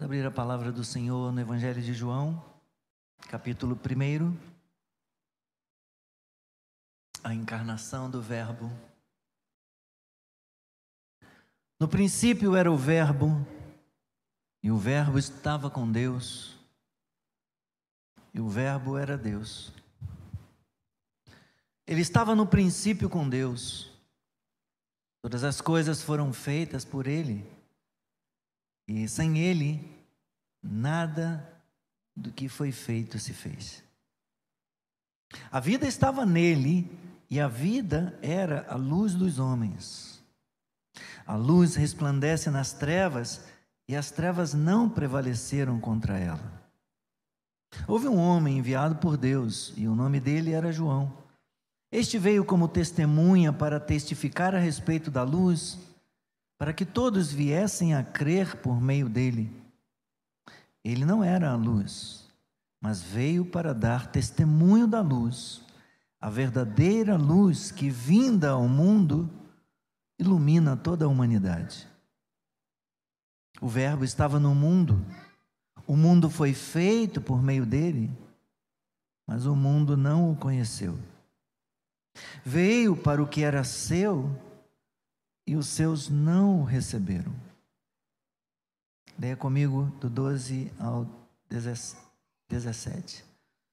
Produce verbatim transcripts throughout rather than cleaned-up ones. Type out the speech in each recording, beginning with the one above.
Abrir a palavra do Senhor no Evangelho de João, capítulo primeiro, a encarnação do Verbo. No princípio era o Verbo, e o Verbo estava com Deus, e o Verbo era Deus. Ele estava no princípio com Deus. Todas as coisas foram feitas por Ele, e sem Ele, nada do que foi feito se fez. A vida estava nele, e a vida era a luz dos homens. A luz resplandece nas trevas, e as trevas não prevaleceram contra ela. Houve um homem enviado por Deus, e o nome dele era João. Este veio como testemunha para testificar a respeito da luz, para que todos viessem a crer por meio dele. Ele não era a luz, mas veio para dar testemunho da luz, a verdadeira luz que, vinda ao mundo, ilumina toda a humanidade. O Verbo estava no mundo, o mundo foi feito por meio dele, mas o mundo não o conheceu. Veio para o que era seu, e os seus não o receberam. Leia comigo do doze ao dezessete.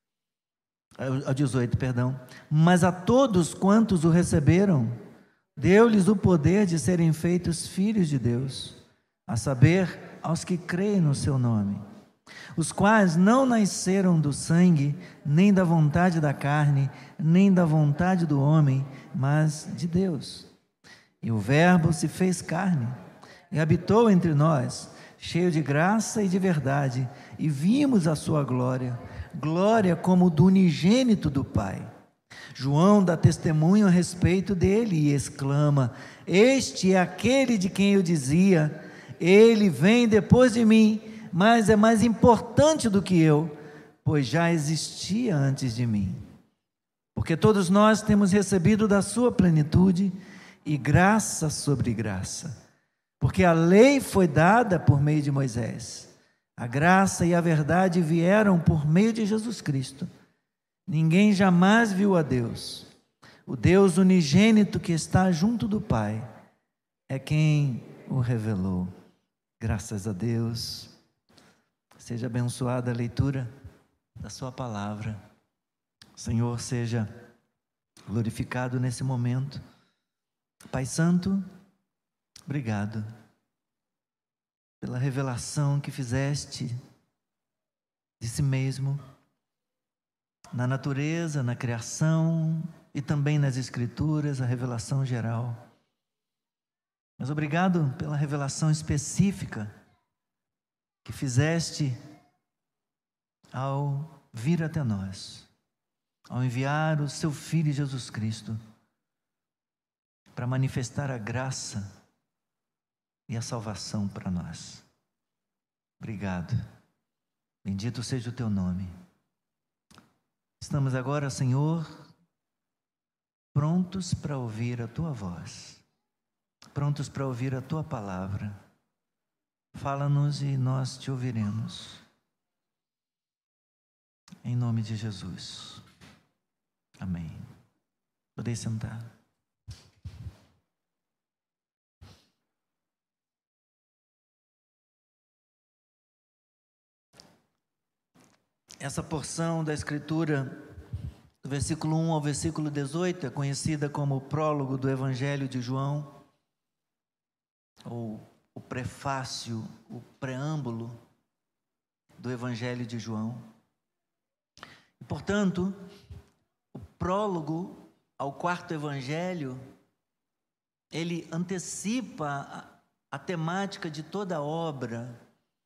Ao dezoito, perdão. Mas a todos quantos o receberam, deu-lhes o poder de serem feitos filhos de Deus, a saber, aos que creem no seu nome, os quais não nasceram do sangue, nem da vontade da carne, nem da vontade do homem, mas de Deus. E o Verbo se fez carne e habitou entre nós, cheio de graça e de verdade, e vimos a sua glória, glória como do unigênito do Pai. João dá testemunho a respeito dele e exclama: este é aquele de quem eu dizia, ele vem depois de mim, mas é mais importante do que eu, pois já existia antes de mim. Porque todos nós temos recebido da sua plenitude, e graça sobre graça. Porque a lei foi dada por meio de Moisés, a graça e a verdade vieram por meio de Jesus Cristo. Ninguém jamais viu a Deus. O Deus unigênito que está junto do Pai é quem o revelou. Graças a Deus. Seja abençoada a leitura da sua palavra. O Senhor seja glorificado nesse momento. Pai Santo, obrigado pela revelação que fizeste de si mesmo, na natureza, na criação e também nas Escrituras, a revelação geral. Mas obrigado pela revelação específica que fizeste ao vir até nós, ao enviar o seu Filho Jesus Cristo, para manifestar a graça e a salvação para nós. Obrigado. Bendito seja o teu nome. Estamos agora, Senhor, prontos para ouvir a tua voz, prontos para ouvir a tua palavra. Fala-nos e nós te ouviremos. Em nome de Jesus. Amém. Podeis sentar. Essa porção da Escritura, do versículo um ao versículo dezoito, é conhecida como o prólogo do Evangelho de João, ou o prefácio, o preâmbulo do Evangelho de João. E, portanto, o prólogo ao quarto Evangelho, ele antecipa a, a temática de toda a obra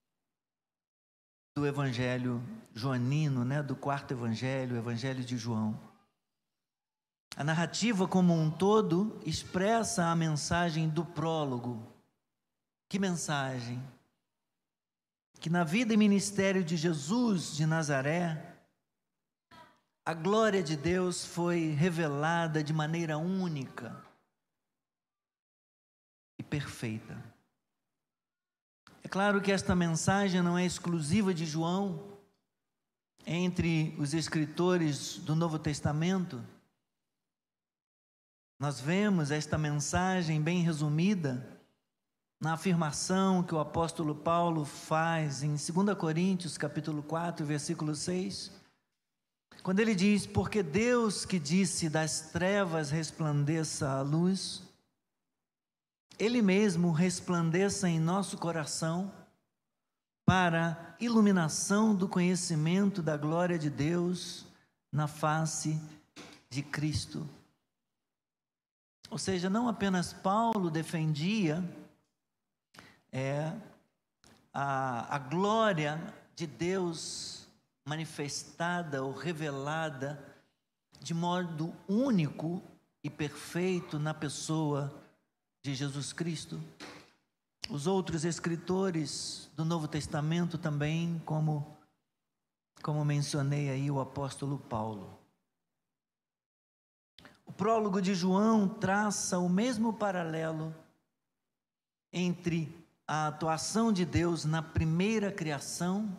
do Evangelho joanino, né, do quarto Evangelho, o Evangelho de João. A narrativa como um todo expressa a mensagem do prólogo. Que mensagem? Que na vida e ministério de Jesus de Nazaré, a glória de Deus foi revelada de maneira única e perfeita. claro que esta mensagem não é exclusiva de João. Entre os escritores do Novo Testamento, nós vemos esta mensagem bem resumida na afirmação que o apóstolo Paulo faz em dois Coríntios, capítulo quatro, versículo seis, quando ele diz: porque Deus que disse das trevas resplandeça a luz, Ele mesmo resplandeça em nosso coração para iluminação do conhecimento da glória de Deus na face de Cristo. Ou seja, não apenas Paulo defendia é, a, a glória de Deus manifestada ou revelada de modo único e perfeito na pessoa de Jesus Cristo. Os outros escritores do Novo Testamento também, como, como mencionei aí, o apóstolo Paulo. O prólogo de João traça o mesmo paralelo entre a atuação de Deus na primeira criação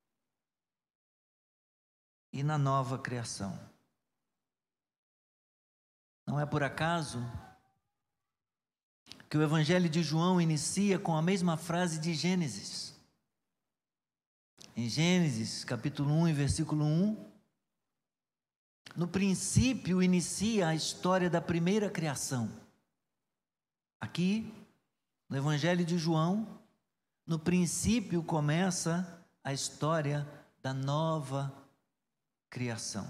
e na nova criação. Não é por acaso que o Evangelho de João inicia com a mesma frase de Gênesis. Em Gênesis, capítulo um, versículo um, no princípio inicia a história da primeira criação. Aqui, no Evangelho de João, no princípio começa a história da nova criação.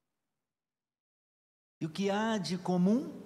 E o que há de comum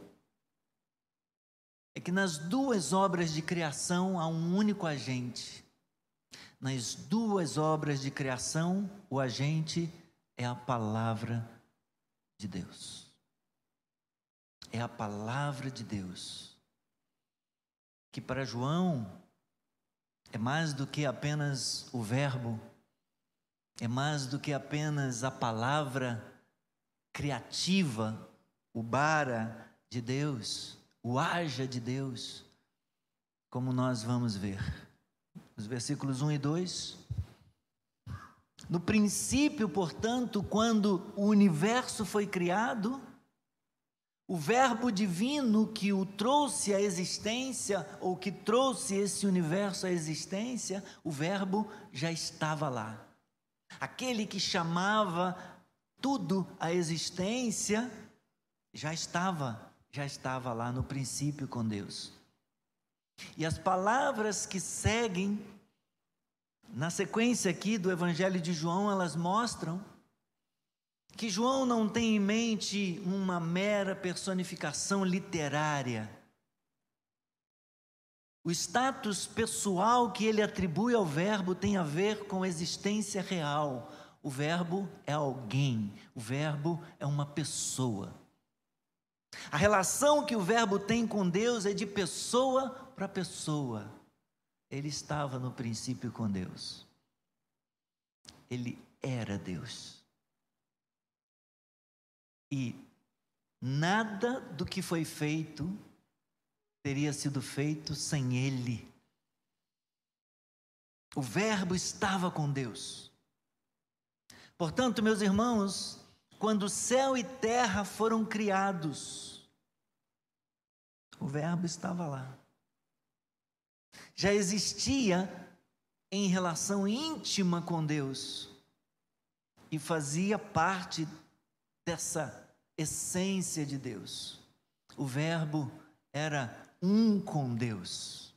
é que nas duas obras de criação há um único agente. Nas duas obras de criação, o agente é a palavra de Deus. É a palavra de Deus, que para João é mais do que apenas o verbo, é mais do que apenas a palavra criativa, o bara de Deus, o haja de Deus, como nós vamos ver. Os versículos um e dois. No princípio, portanto, quando o universo foi criado, o verbo divino que o trouxe à existência, ou que trouxe esse universo à existência, o verbo já estava lá. Aquele que chamava tudo à existência, já estava, já estava lá no princípio com Deus. E as palavras que seguem, na sequência aqui do Evangelho de João, elas mostram que João não tem em mente uma mera personificação literária. O status pessoal que ele atribui ao verbo tem a ver com existência real. O verbo é alguém, o verbo é uma pessoa. A relação que o verbo tem com Deus é de pessoa para pessoa. Ele estava no princípio com Deus. Ele era Deus. E nada do que foi feito teria sido feito sem Ele. O verbo estava com Deus. Portanto, meus irmãos, quando céu e terra foram criados, o verbo estava lá. Já existia em relação íntima com Deus e fazia parte dessa essência de Deus. O verbo era um com Deus.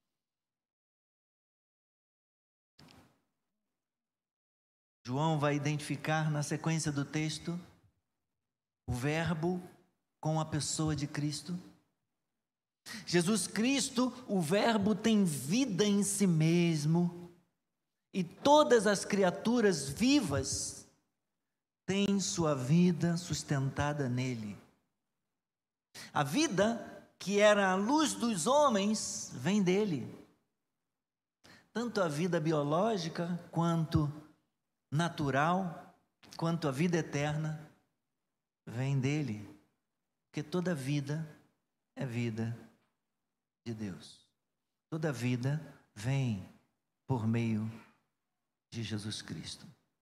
João vai identificar na sequência do texto o verbo com a pessoa de Cristo. Jesus Cristo, o verbo, tem vida em si mesmo, e todas as criaturas vivas têm sua vida sustentada nele. A vida, que era a luz dos homens, vem dele. Tanto a vida biológica, quanto natural, quanto a vida eterna, vem dele. Porque toda vida é vida de Deus. Toda vida vem por meio de Jesus Cristo.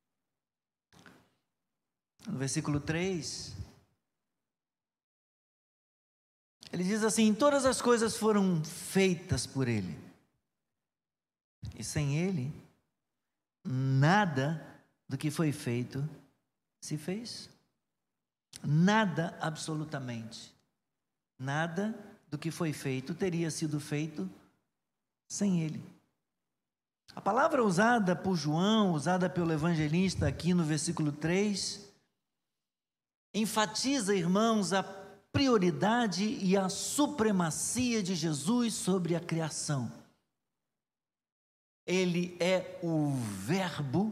No versículo três, ele diz assim: todas as coisas foram feitas por Ele, e sem Ele, nada do que foi feito se fez. Nada, absolutamente, nada do que foi feito teria sido feito sem Ele. A palavra usada por João, usada pelo evangelista aqui no versículo três, enfatiza, irmãos, a prioridade e a supremacia de Jesus sobre a criação. Ele é o Verbo.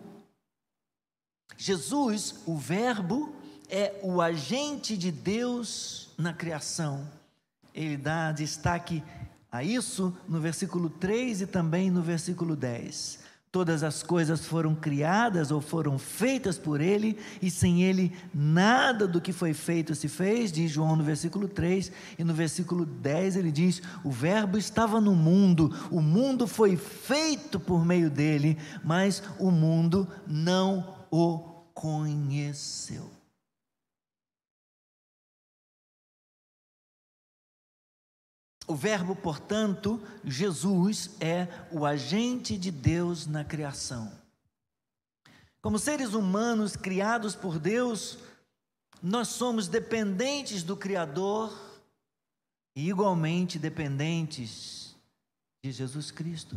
Jesus, o Verbo, é o agente de Deus na criação. Ele dá destaque a isso no versículo três e também no versículo dez. Todas as coisas foram criadas ou foram feitas por Ele, e sem Ele nada do que foi feito se fez, diz João no versículo três, e no versículo dez ele diz: o Verbo estava no mundo, o mundo foi feito por meio dele, mas o mundo não o conheceu. O Verbo, portanto, Jesus, é o agente de Deus na criação. Como seres humanos criados por Deus, nós somos dependentes do Criador e igualmente dependentes de Jesus Cristo.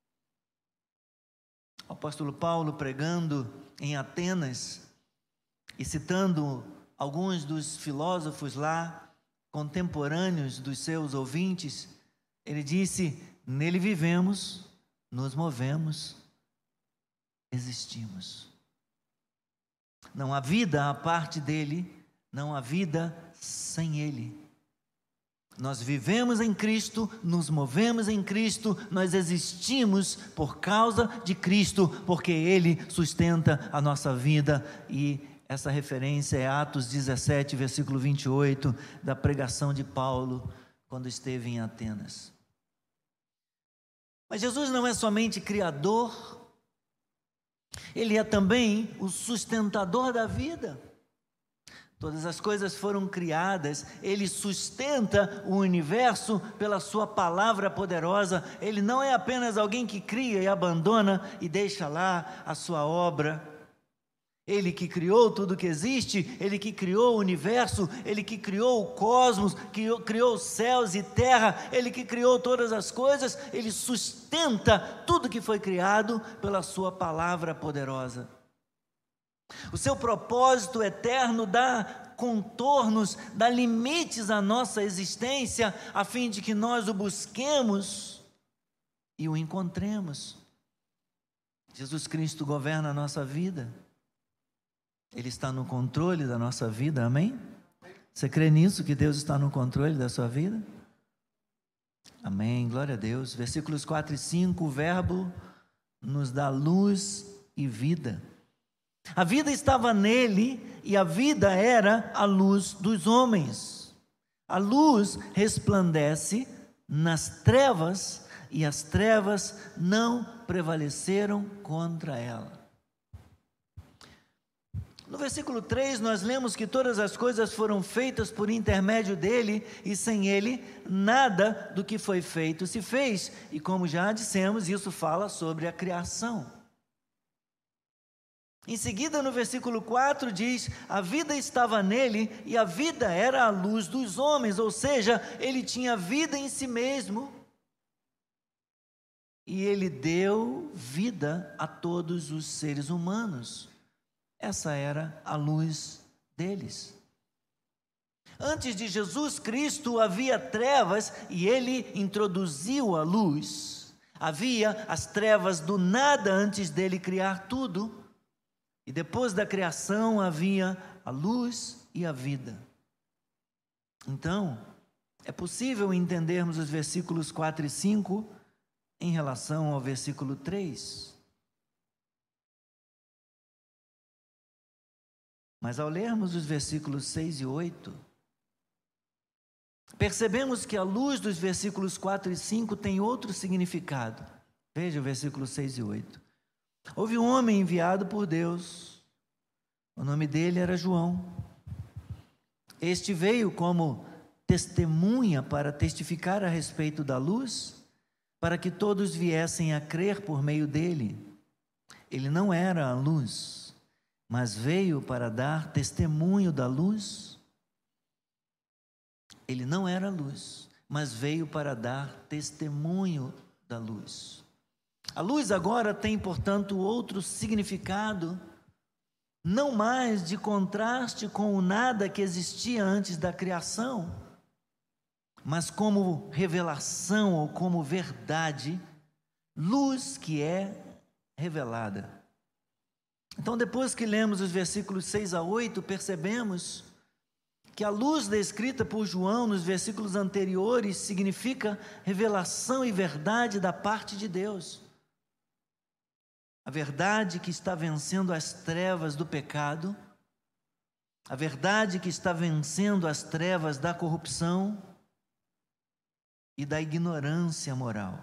O apóstolo Paulo, pregando em Atenas e citando alguns dos filósofos lá, contemporâneos dos seus ouvintes, ele disse: nele vivemos, nos movemos, existimos. Não há vida à parte dele, não há vida sem ele. Nós vivemos em Cristo, nos movemos em Cristo, nós existimos por causa de Cristo, porque Ele sustenta a nossa vida. E essa referência é Atos dezessete, versículo vinte e oito, da pregação de Paulo, quando esteve em Atenas. Mas Jesus não é somente Criador, Ele é também o sustentador da vida. Todas as coisas foram criadas, Ele sustenta o universo pela sua palavra poderosa. Ele não é apenas alguém que cria e abandona e deixa lá a sua obra. Ele que criou tudo que existe, Ele que criou o universo, Ele que criou o cosmos, que criou os céus e terra, Ele que criou todas as coisas, Ele sustenta tudo que foi criado pela sua palavra poderosa. O seu propósito eterno dá contornos, dá limites à nossa existência, a fim de que nós o busquemos e o encontremos. Jesus Cristo governa a nossa vida. Ele está no controle da nossa vida, amém? Você crê nisso, que Deus está no controle da sua vida? Amém, glória a Deus. Versículos quatro e cinco, o Verbo nos dá luz e vida. A vida estava nele e a vida era a luz dos homens. A luz resplandece nas trevas e as trevas não prevaleceram contra ela. No versículo três, nós lemos que todas as coisas foram feitas por intermédio dele, e sem ele, nada do que foi feito se fez. E como já dissemos, isso fala sobre a criação. Em seguida, no versículo quatro, diz: a vida estava nele, e a vida era a luz dos homens, ou seja, ele tinha vida em si mesmo. E ele deu vida a todos os seres humanos. Essa era a luz deles. Antes de Jesus Cristo havia trevas e ele introduziu a luz. Havia as trevas do nada antes dele criar tudo. E depois da criação havia a luz e a vida. Então, é possível entendermos os versículos quatro e cinco em relação ao versículo três. Mas ao lermos os versículos seis e oito, percebemos que a luz dos versículos quatro e cinco tem outro significado. Veja o versículo seis e oito. Houve um homem enviado por Deus, o nome dele era João. Este veio como testemunha para testificar a respeito da luz, para que todos viessem a crer por meio dele. Ele não era a luz, mas veio para dar testemunho da luz. Ele não era a luz, mas veio para dar testemunho da luz. A luz agora tem, portanto, outro significado, não mais de contraste com o nada que existia antes da criação, mas como revelação ou como verdade, luz que é revelada. Então, depois que lemos os versículos seis a oito, percebemos que a luz descrita por João nos versículos anteriores significa revelação e verdade da parte de Deus. A verdade que está vencendo as trevas do pecado, a verdade que está vencendo as trevas da corrupção e da ignorância moral.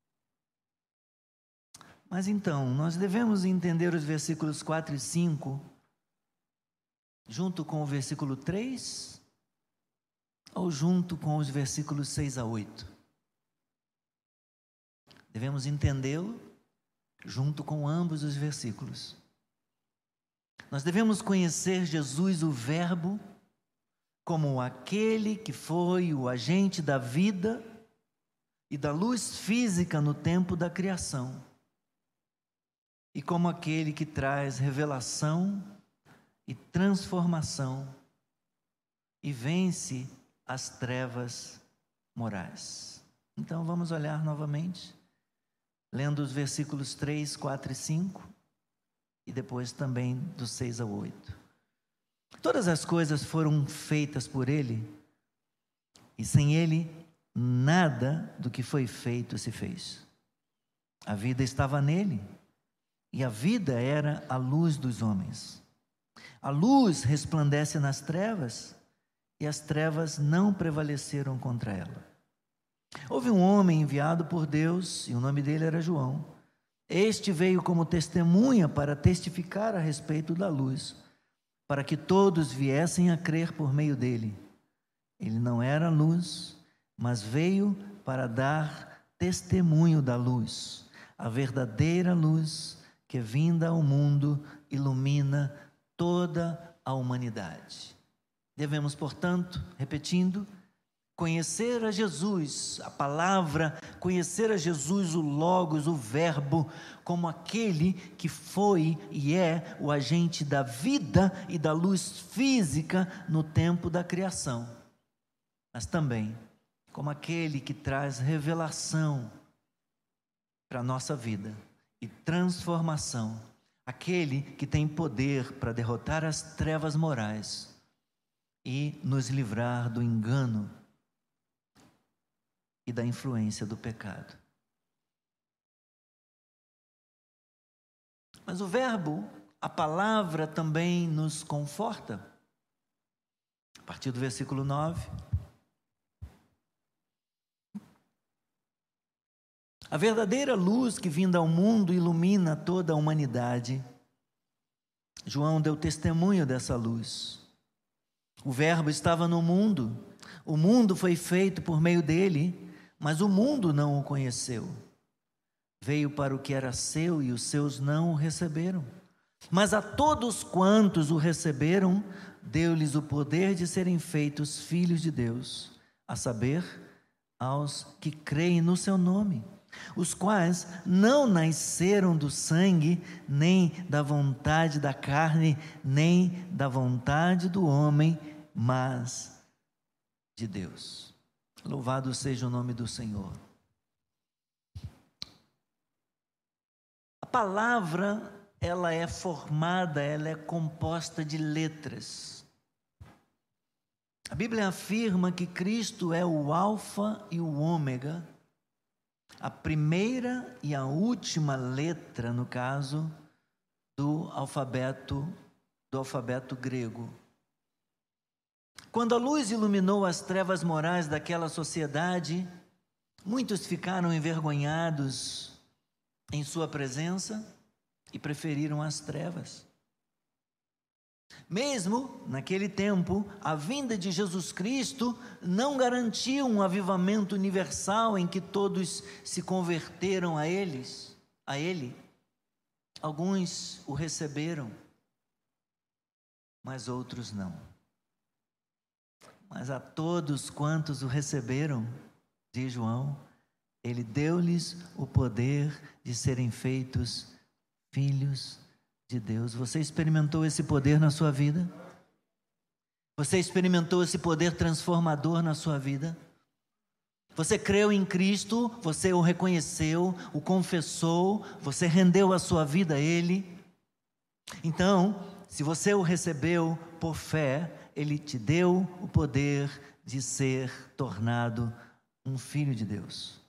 Mas então, nós devemos entender os versículos quatro e cinco, junto com o versículo três, ou junto com os versículos seis a oito? Devemos entendê-lo junto com ambos os versículos. Nós devemos conhecer Jesus, o Verbo, como aquele que foi o agente da vida e da luz física no tempo da criação, e como aquele que traz revelação e transformação e vence as trevas morais. Então vamos olhar novamente, lendo os versículos três, quatro e cinco, e depois também do seis ao oito. Todas as coisas foram feitas por Ele, e sem Ele, nada do que foi feito se fez. A vida estava nele, e a vida era a luz dos homens. A luz resplandece nas trevas, e as trevas não prevaleceram contra ela. Houve um homem enviado por Deus, e o nome dele era João. Este veio como testemunha para testificar a respeito da luz, para que todos viessem a crer por meio dele. Ele não era luz, mas veio para dar testemunho da luz, a verdadeira luz que, vinda ao mundo, ilumina toda a humanidade. Devemos, portanto, repetindo, conhecer a Jesus, a palavra, conhecer a Jesus, o Logos, o Verbo, como aquele que foi e é o agente da vida e da luz física no tempo da criação, mas também como aquele que traz revelação para a nossa vida e transformação, aquele que tem poder para derrotar as trevas morais e nos livrar do engano e da influência do pecado. Mas o verbo, a palavra, também nos conforta. A partir do versículo nove. A verdadeira luz que vinda ao mundo ilumina toda a humanidade. João deu testemunho dessa luz. O verbo estava no mundo, o mundo foi feito por meio dele, mas o mundo não o conheceu. Veio para o que era seu e os seus não o receberam. Mas a todos quantos o receberam, deu-lhes o poder de serem feitos filhos de Deus, a saber, aos que creem no seu nome, os quais não nasceram do sangue, nem da vontade da carne, nem da vontade do homem, mas de Deus. Louvado seja o nome do Senhor. A palavra, ela é formada, ela é composta de letras. A Bíblia afirma que Cristo é o alfa e o ômega, a primeira e a última letra, no caso, do alfabeto, do alfabeto grego. Quando a luz iluminou as trevas morais daquela sociedade, muitos ficaram envergonhados em sua presença e preferiram as trevas. Mesmo naquele tempo, a vinda de Jesus Cristo não garantia um avivamento universal em que todos se converteram a eles, a ele. Alguns o receberam, mas outros não. Mas a todos quantos o receberam, diz João, ele deu-lhes o poder de serem feitos filhos de Deus. Você experimentou esse poder na sua vida? Você experimentou esse poder transformador na sua vida? Você creu em Cristo, você o reconheceu, o confessou, você rendeu a sua vida a Ele? Então, se você o recebeu por fé, Ele te deu o poder de ser tornado um filho de Deus.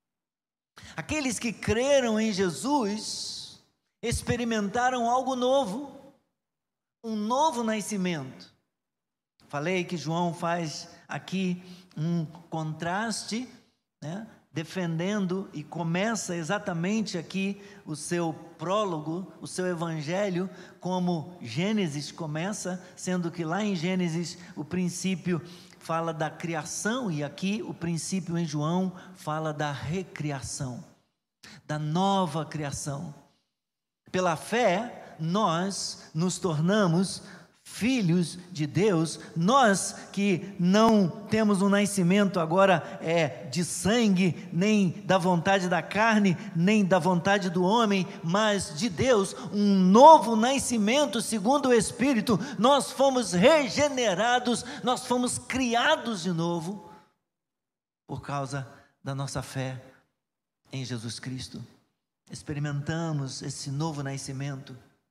Aqueles que creram em Jesus experimentaram algo novo, um novo nascimento. Falei que João faz aqui um contraste, né, defendendo, e começa exatamente aqui o seu prólogo, o seu evangelho, como Gênesis começa, sendo que lá em Gênesis o princípio fala da criação, e aqui o princípio em João fala da recriação, da nova criação. Pela fé, nós nos tornamos filhos de Deus, nós que não temos um nascimento agora é, de sangue, nem da vontade da carne, nem da vontade do homem, mas de Deus, um novo nascimento segundo o Espírito. Nós fomos regenerados, nós fomos criados de novo, por causa da nossa fé em Jesus Cristo. Experimentamos esse novo nascimento.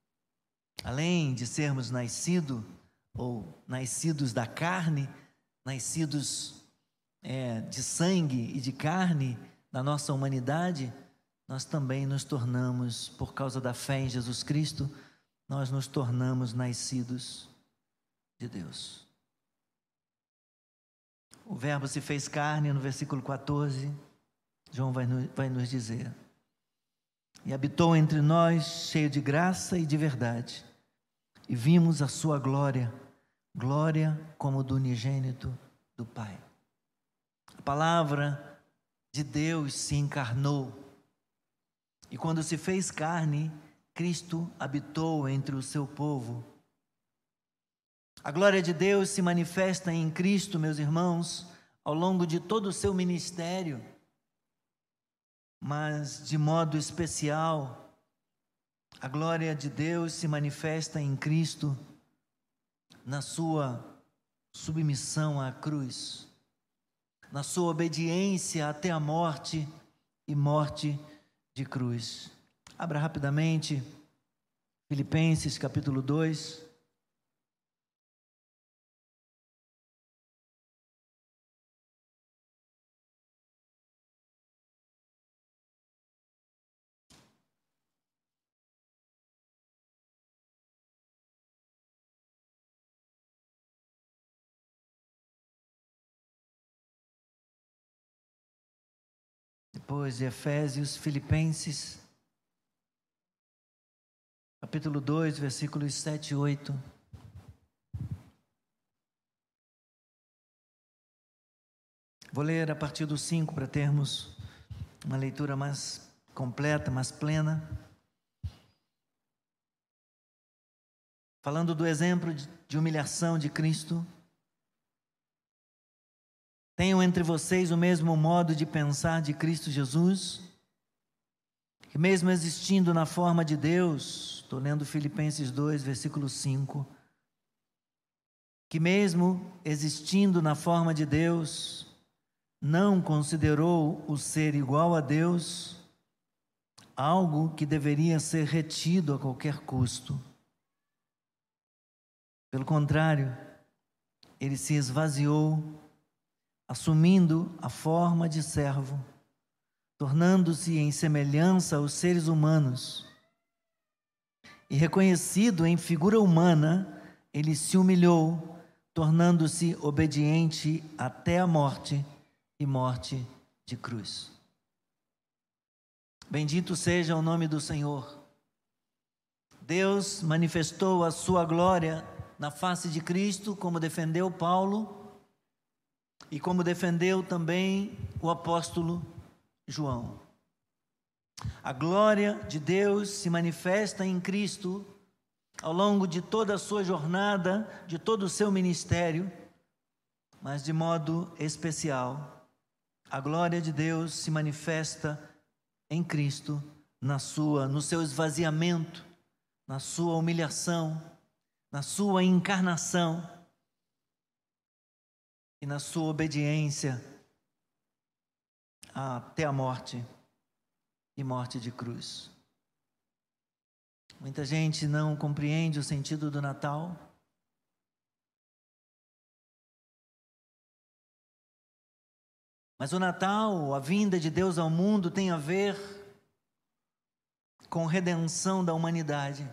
Além de sermos nascidos, ou nascidos da carne, nascidos é, de sangue e de carne, na nossa humanidade, nós também nos tornamos, por causa da fé em Jesus Cristo, nós nos tornamos nascidos de Deus. O verbo se fez carne, no versículo quatorze, João vai, no, vai nos dizer: e habitou entre nós, cheio de graça e de verdade, e vimos a sua glória, glória como do unigênito do Pai. A palavra de Deus se encarnou, e quando se fez carne, Cristo habitou entre o seu povo. A glória de Deus se manifesta em Cristo, meus irmãos, ao longo de todo o seu ministério, mas de modo especial, a glória de Deus se manifesta em Cristo na sua submissão à cruz, na sua obediência até a morte e morte de cruz. Abra rapidamente Filipenses capítulo dois. Depois de Efésios, Filipenses, capítulo dois, versículos sete e oito. Vou ler a partir do cinco para termos uma leitura mais completa, mais plena. Falando do exemplo de humilhação de Cristo. Tenham entre vocês o mesmo modo de pensar de Cristo Jesus, que mesmo existindo na forma de Deus, estou lendo Filipenses dois, versículo cinco, que mesmo existindo na forma de Deus, não considerou o ser igual a Deus algo que deveria ser retido a qualquer custo. Pelo contrário, ele se esvaziou, assumindo a forma de servo, tornando-se em semelhança aos seres humanos, e reconhecido em figura humana, ele se humilhou, tornando-se obediente até a morte e morte de cruz. Bendito seja o nome do Senhor. Deus manifestou a sua glória na face de Cristo, como defendeu Paulo e como defendeu também o apóstolo João. A glória de Deus se manifesta em Cristo ao longo de toda a sua jornada, de todo o seu ministério, mas de modo especial, a glória de Deus se manifesta em Cristo, na sua, no seu esvaziamento, na sua humilhação, na sua encarnação e na sua obediência até a morte e morte de cruz. Muita gente não compreende o sentido do Natal. Mas o Natal, a vinda de Deus ao mundo, tem a ver com redenção da humanidade.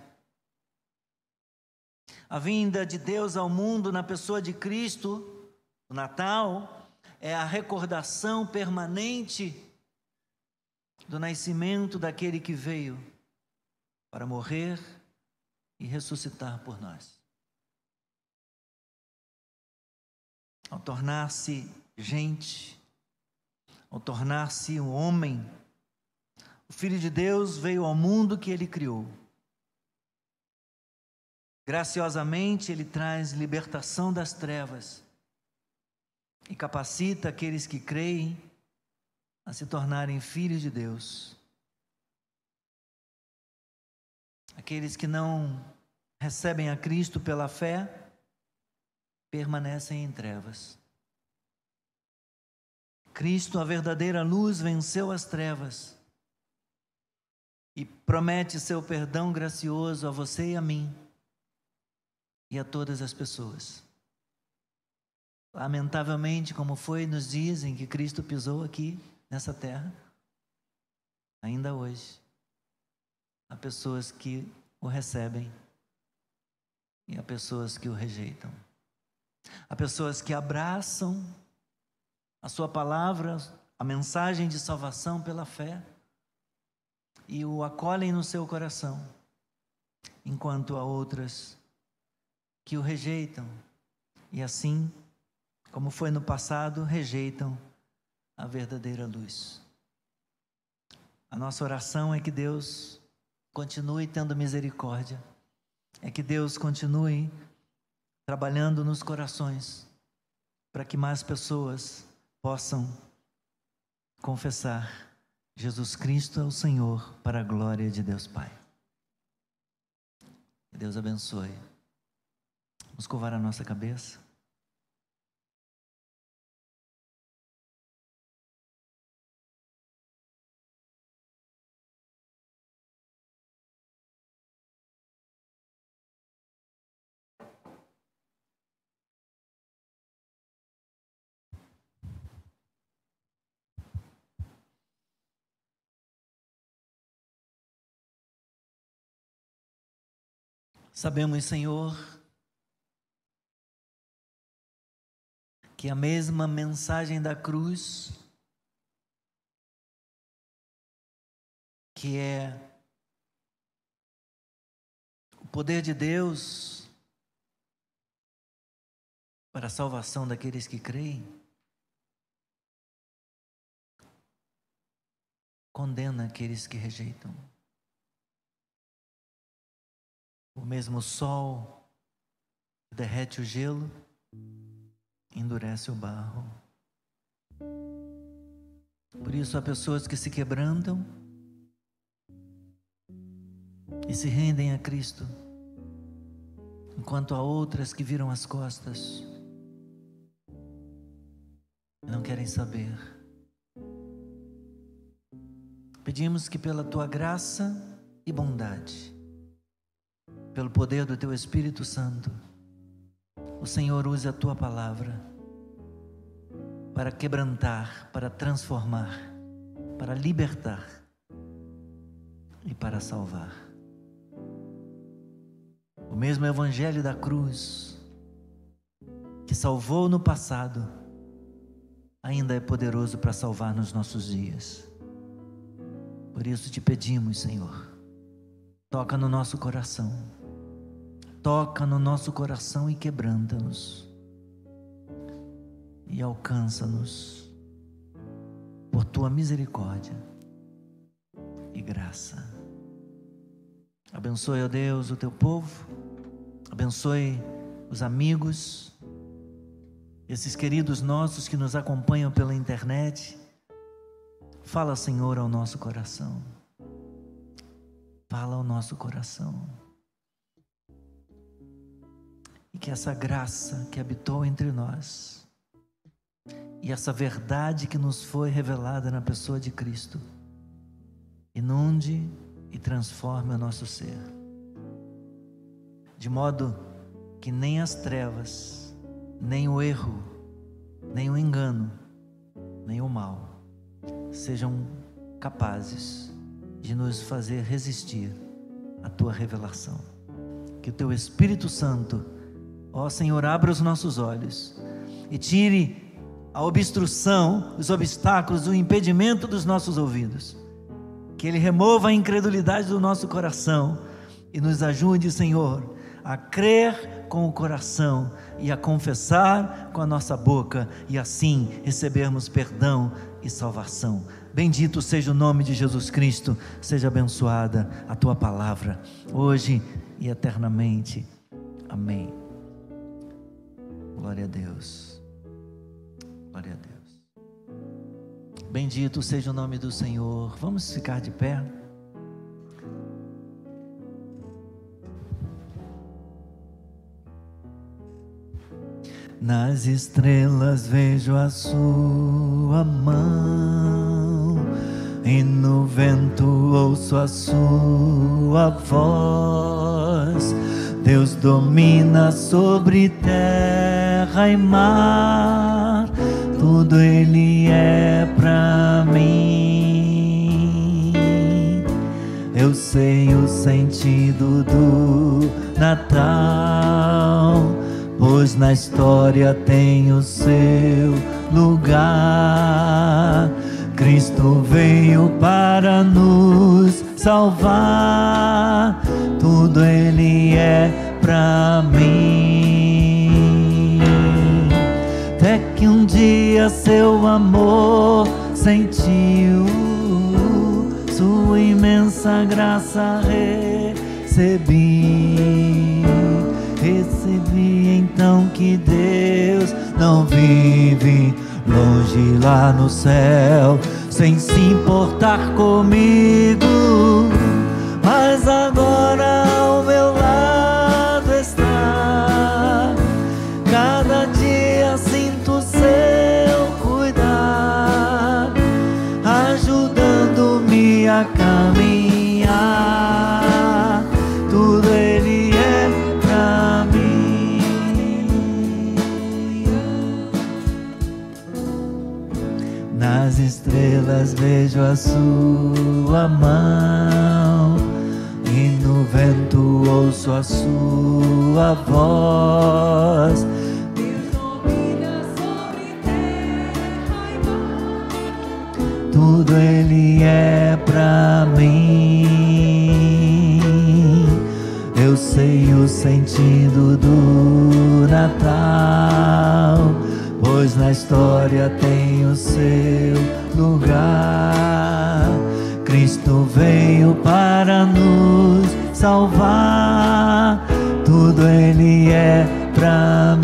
A vinda de Deus ao mundo na pessoa de Cristo, o Natal, é a recordação permanente do nascimento daquele que veio para morrer e ressuscitar por nós. Ao tornar-se gente, ao tornar-se um homem, o Filho de Deus veio ao mundo que Ele criou. Graciosamente, Ele traz libertação das trevas e capacita aqueles que creem a se tornarem filhos de Deus. Aqueles que não recebem a Cristo pela fé, permanecem em trevas. Cristo, a verdadeira luz, venceu as trevas e promete seu perdão gracioso a você e a mim e a todas as pessoas. Lamentavelmente, como foi nos dias em que Cristo pisou aqui nessa terra, ainda hoje há pessoas que o recebem e há pessoas que o rejeitam. Há pessoas que abraçam a sua palavra, a mensagem de salvação pela fé, e o acolhem no seu coração, enquanto há outras que o rejeitam, e assim, como foi no passado, rejeitam a verdadeira luz. A nossa oração é que Deus continue tendo misericórdia, é que Deus continue trabalhando nos corações, para que mais pessoas possam confessar Jesus Cristo é o Senhor, para a glória de Deus Pai. Que Deus abençoe. Vamos curvar a nossa cabeça. Sabemos, Senhor, que a mesma mensagem da cruz, que é o poder de Deus para a salvação daqueles que creem, condena aqueles que rejeitam. O mesmo sol derrete o gelo, endurece o barro. Por isso há pessoas que se quebrantam e se rendem a Cristo, enquanto há outras que viram as costas e não querem saber. Pedimos que pela Tua graça e bondade, pelo poder do Teu Espírito Santo, o Senhor use a Tua palavra para quebrantar, para transformar, para libertar e para salvar. O mesmo Evangelho da cruz, que salvou no passado, ainda é poderoso para salvar nos nossos dias. Por isso te pedimos, Senhor, toca no nosso coração, toca no nosso coração e quebranta-nos, e alcança-nos por tua misericórdia e graça. Abençoe, ó Deus, o teu povo, abençoe os amigos, esses queridos nossos que nos acompanham pela internet. Fala, Senhor, ao nosso coração, fala ao nosso coração, e que essa graça que habitou entre nós, e essa verdade que nos foi revelada na pessoa de Cristo, inunde e transforme o nosso ser, de modo que nem as trevas, nem o erro, nem o engano, nem o mal sejam capazes de nos fazer resistir à tua revelação. Que o teu Espírito Santo, ó Senhor, abra os nossos olhos e tire a obstrução, os obstáculos, o impedimento dos nossos ouvidos. Que Ele remova a incredulidade do nosso coração e nos ajude, Senhor, a crer com o coração e a confessar com a nossa boca, e assim recebermos perdão e salvação. Bendito seja o nome de Jesus Cristo, seja abençoada a tua palavra, hoje e eternamente. Amém. Glória a Deus. Glória a Deus. Bendito seja o nome do Senhor. Vamos ficar de pé. Nas estrelas vejo a sua mão, e no vento ouço a sua voz. Deus domina sobre terra e mar, tudo Ele é pra mim. Eu sei o sentido do Natal, pois na história tem o seu lugar. Cristo veio para nos salvar, tudo Ele é pra mim. Até que um dia seu amor sentiu, sua imensa graça recebi. Recebi então que Deus não vive longe lá no céu, sem se importar comigo, mas agora ao meu lado está. Cada dia sinto seu cuidar, ajudando-me a caminhar. Tudo Ele é pra mim. Nas estrelas vejo a sua mão, e no vento ouço a sua voz. Deus domina sobre terra e mar, Tudo Ele é pra mim. Eu sei o sentido do Natal, pois na história tem o seu lugar. Cristo veio para nos salvar, tudo Ele é pra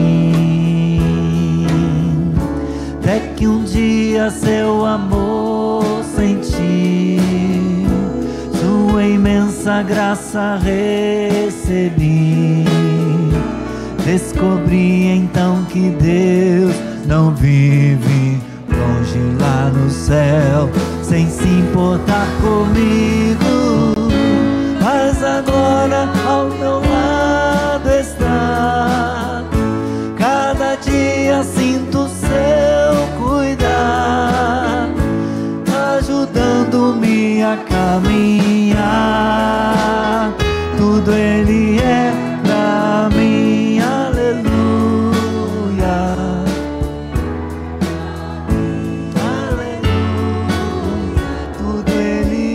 mim. Até que um dia seu amor senti, sua imensa graça recebi. Descobri então que Deus não vive longe lá no céu, sem se importar comigo, mas agora ao meu lado está. Cada dia sinto seu cuidar, ajudando-me a caminhar. Tudo Ele é pra mim. Aleluia, aleluia. Tudo Ele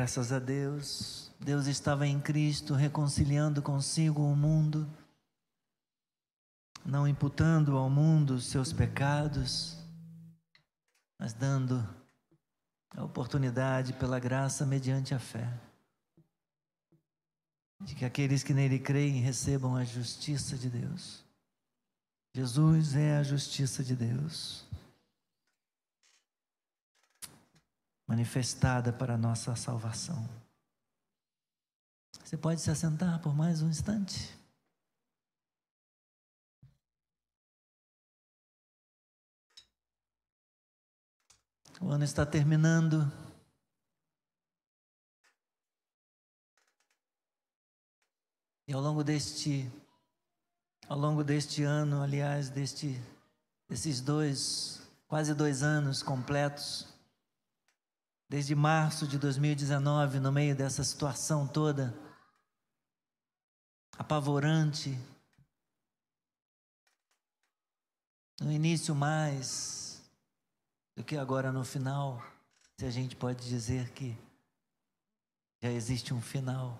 Graças a Deus, Deus estava em Cristo reconciliando consigo o mundo, não imputando ao mundo os seus pecados, mas dando a oportunidade pela graça mediante a fé, de que aqueles que nele creem recebam a justiça de Deus. Jesus é a justiça de Deus, manifestada para a nossa salvação. Você pode se assentar por mais um instante? O ano está terminando. E ao longo deste, ao longo deste ano, aliás, deste, desses dois, quase dois anos completos, desde março de dois mil e dezenove, no meio dessa situação toda, apavorante, no início mais do que agora no final, se a gente pode dizer que já existe um final.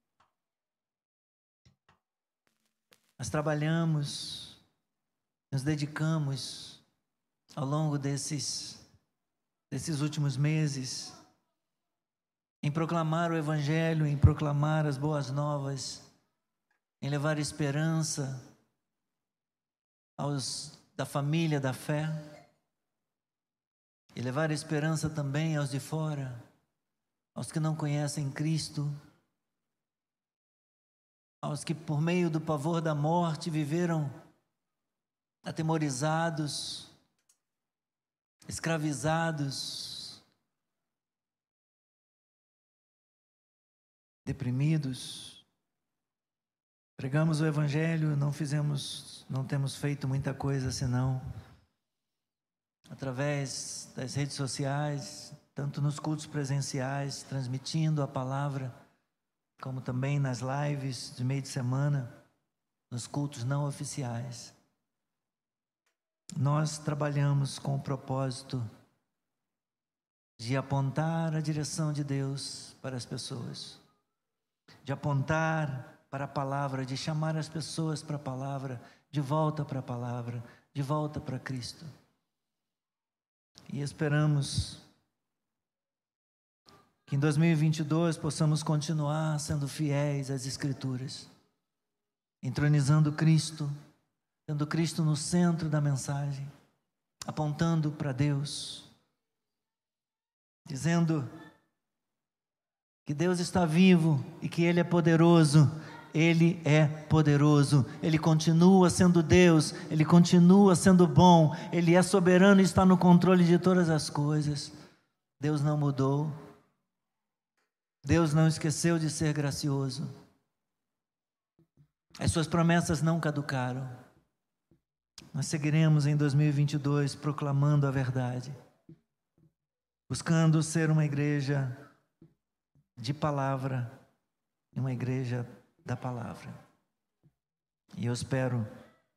Nós trabalhamos, nos dedicamos ao longo desses, desses últimos meses em proclamar o Evangelho, em proclamar as boas novas, em levar esperança aos da família da fé, e levar esperança também aos de fora, aos que não conhecem Cristo, aos que por meio do pavor da morte viveram atemorizados, escravizados, deprimidos. Pregamos o Evangelho, não fizemos, não temos feito muita coisa senão através das redes sociais, tanto nos cultos presenciais, transmitindo a palavra, como também nas lives de meio de semana, nos cultos não oficiais. Nós trabalhamos com o propósito de apontar a direção de Deus para as pessoas, de apontar para a palavra, de chamar as pessoas para a palavra, de volta para a palavra, de volta para Cristo. E esperamos que em dois mil e vinte e dois possamos continuar sendo fiéis às Escrituras, entronizando Cristo, tendo Cristo no centro da mensagem, apontando para Deus, dizendo que Deus está vivo e que Ele é poderoso. Ele é poderoso, Ele continua sendo Deus, Ele continua sendo bom, Ele é soberano e está no controle de todas as coisas. Deus não mudou, Deus não esqueceu de ser gracioso, as suas promessas não caducaram. Nós seguiremos em dois mil e vinte e dois proclamando a verdade, buscando ser uma igreja de palavra, uma igreja da palavra. E eu espero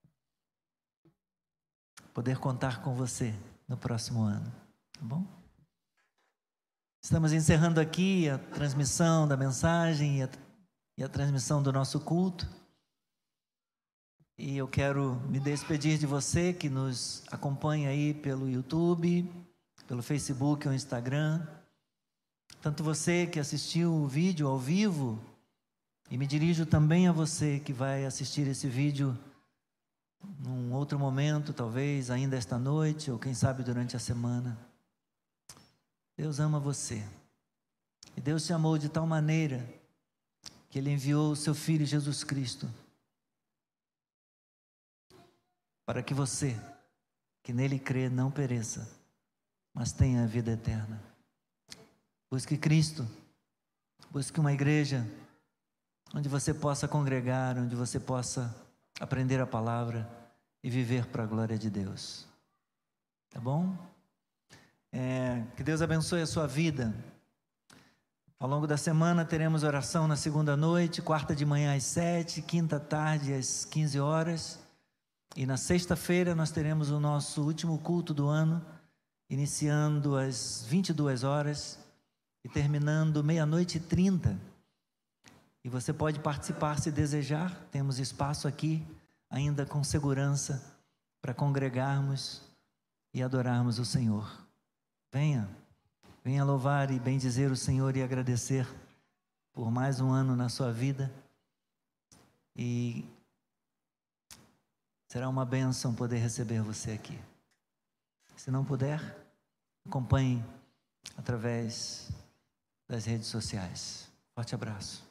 poder contar com você no próximo ano, tá bom? Estamos encerrando aqui a transmissão da mensagem e a, e a transmissão do nosso culto. E eu quero me despedir de você que nos acompanha aí pelo YouTube, pelo Facebook ou Instagram. Tanto você que assistiu o vídeo ao vivo, e me dirijo também a você que vai assistir esse vídeo num outro momento, talvez ainda esta noite, ou quem sabe durante a semana. Deus ama você. E Deus te amou de tal maneira que Ele enviou o seu Filho Jesus Cristo para que você, que nele crê, não pereça, mas tenha a vida eterna. Busque Cristo, busque uma igreja onde você possa congregar, onde você possa aprender a palavra e viver para a glória de Deus. Tá bom? É, que Deus abençoe a sua vida. Ao longo da semana teremos oração na segunda noite, quarta de manhã às sete, quinta à tarde às quinze horas. E na sexta-feira nós teremos o nosso último culto do ano, iniciando às vinte e duas horas. e terminando meia-noite e trinta. E você pode participar se desejar. Temos espaço aqui, ainda com segurança, para congregarmos e adorarmos o Senhor. Venha, venha louvar e bendizer o Senhor e agradecer por mais um ano na sua vida. E será uma bênção poder receber você aqui. Se não puder, acompanhe através das redes sociais. Forte abraço.